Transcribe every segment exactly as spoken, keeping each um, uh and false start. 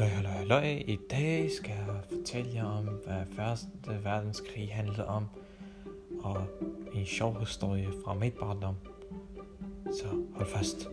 Halløj, halløj, halløj. I dag skal jeg fortælle jer om, hvad første verdenskrig handlede om, og en sjov historie fra mit barndom. Så hold fast.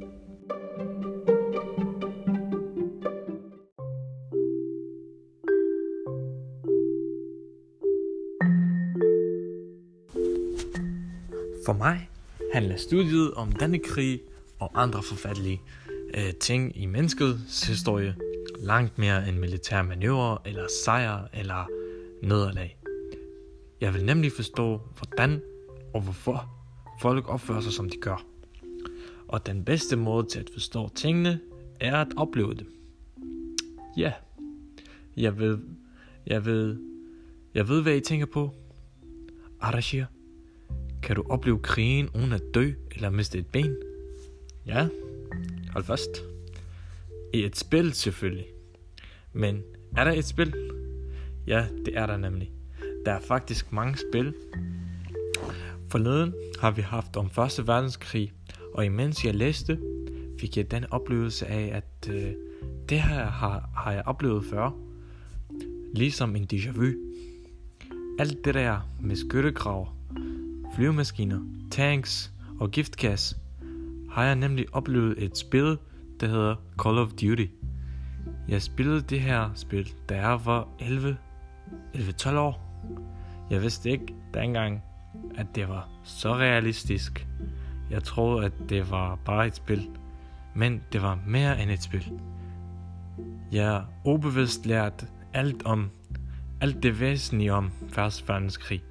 For mig handler studiet om denne krig og andre forfærdelige øh, ting i menneskets historie langt mere end militær manøvre eller sejr eller nederlag. Jeg vil nemlig forstå, hvordan og hvorfor folk opfører sig, som de gør. Og den bedste måde til at forstå tingene er at opleve det. Ja, yeah. jeg ved, jeg ved, jeg ved, hvad I tænker på. Arashir, kan du opleve krigen uden at dø eller miste et ben? Ja, hold fast. I et spil selvfølgelig. Men er der et spil? Ja, det er der nemlig. Der er faktisk mange spil. Forleden har vi haft om første verdenskrig, og imens jeg læste, fik jeg den oplevelse af, at øh, det her har, har jeg oplevet før. Ligesom en déjà vu. Alt det der med skyttegrav, flyvemaskiner, tanks og giftgas, har jeg nemlig oplevet et spil, der hedder Call of Duty. Jeg spillede det her spil, da jeg var elleve til tolv år. Jeg vidste ikke dengang, at det var så realistisk. Jeg troede, at det var bare et spil, men det var mere end et spil. Jeg ubevidst lærte alt om, alt det væsentlige om første verdenskrig.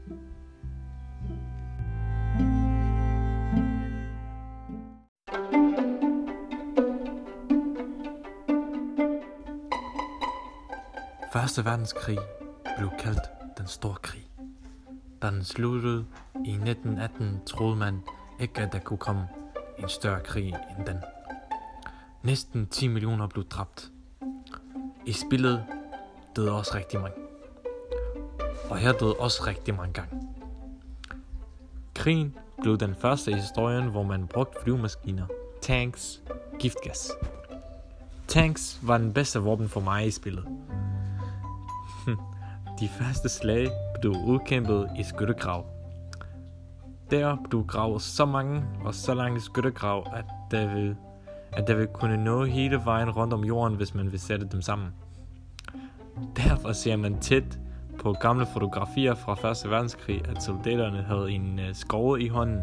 Første verdenskrig blev kaldt den store krig. Da den sluttede i nitten atten, troede man ikke, at der kunne komme en større krig end den. Næsten ti millioner blev dræbt. I spillet døde også rigtig mange. Og her døde også rigtig mange gange. Krigen blev den første i historien, hvor man brugte flyvemaskiner, tanks, giftgas. Tanks var den bedste våben for mig i spillet. De første slag blev udkæmpet i skyttegrav. Der blev gravet så mange og så lange skyttegrav, at der vil, at der vil kunne nå hele vejen rundt om jorden, hvis man vil sætte dem sammen. Derfor ser man tit på gamle fotografier fra første verdenskrig, at soldaterne havde en uh, skove i hånden.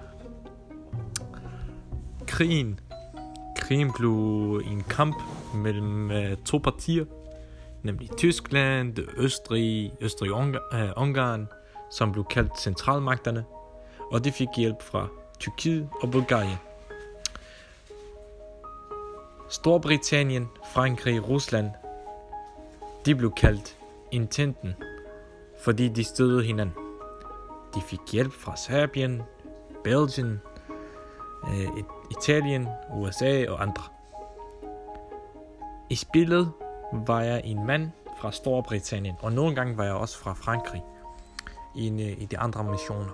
Krigen, krigen blev en kamp mellem uh, to partier, nemlig Tyskland, Østrig, Østrig-Ungarn, som blev kaldt centralmagterne, og de fik hjælp fra Tyrkiet og Bulgarien. Storbritannien, Frankrig, Rusland, de blev kaldt Ententen, fordi de støttede hinanden. De fik hjælp fra Serbien, Belgien, øh, Italien, U S A og andre. I spillet var jeg en mand fra Storbritannien, og nogle gange var jeg også fra Frankrig i, en, i de andre missioner.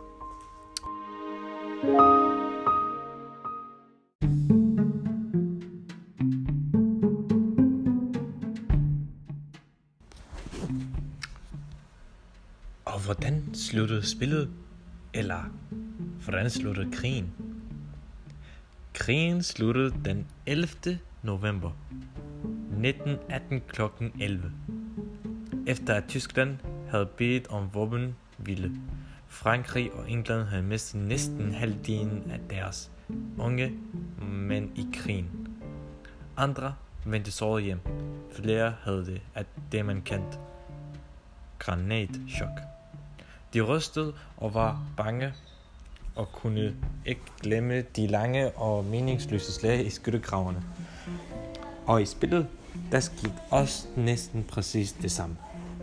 Og hvordan sluttede spillet? Eller hvordan sluttede krigen? Krigen sluttede den ellevte november nitten atten klokken elleve. Efter at Tyskland havde bedt om våbenhvile. Frankrig og England havde mistet næsten halvdelen af deres unge mænd i krigen. Andre vendte såret hjem. Flere havde det af det man kendte granatchok. De rystede og var bange og kunne ikke glemme de lange og meningsløse slag i skyttegravene. Og i spillet, der skete også næsten præcis det samme.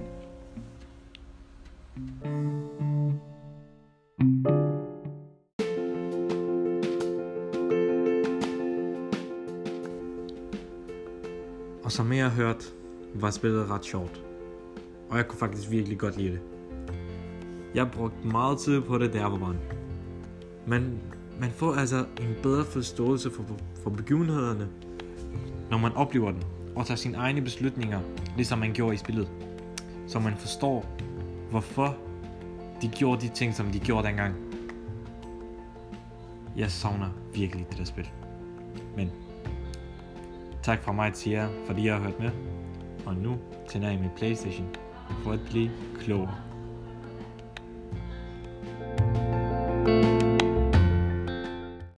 Og som jeg har hørt, var spillet ret sjovt. Og jeg kunne faktisk virkelig godt lide det. Jeg brugte meget tid på det, da jeg var barn. Men man får altså en bedre forståelse for, for begivenhederne, når man oplever den. og tager sine egne beslutninger, ligesom man gjorde i spillet. Så man forstår, hvorfor de gjorde de ting, som de gjorde dengang. Jeg savner virkelig det der spil. Men tak fra mig til jer, fordi jeg har hørt med. Og nu tænder jeg min PlayStation for at blive klogere.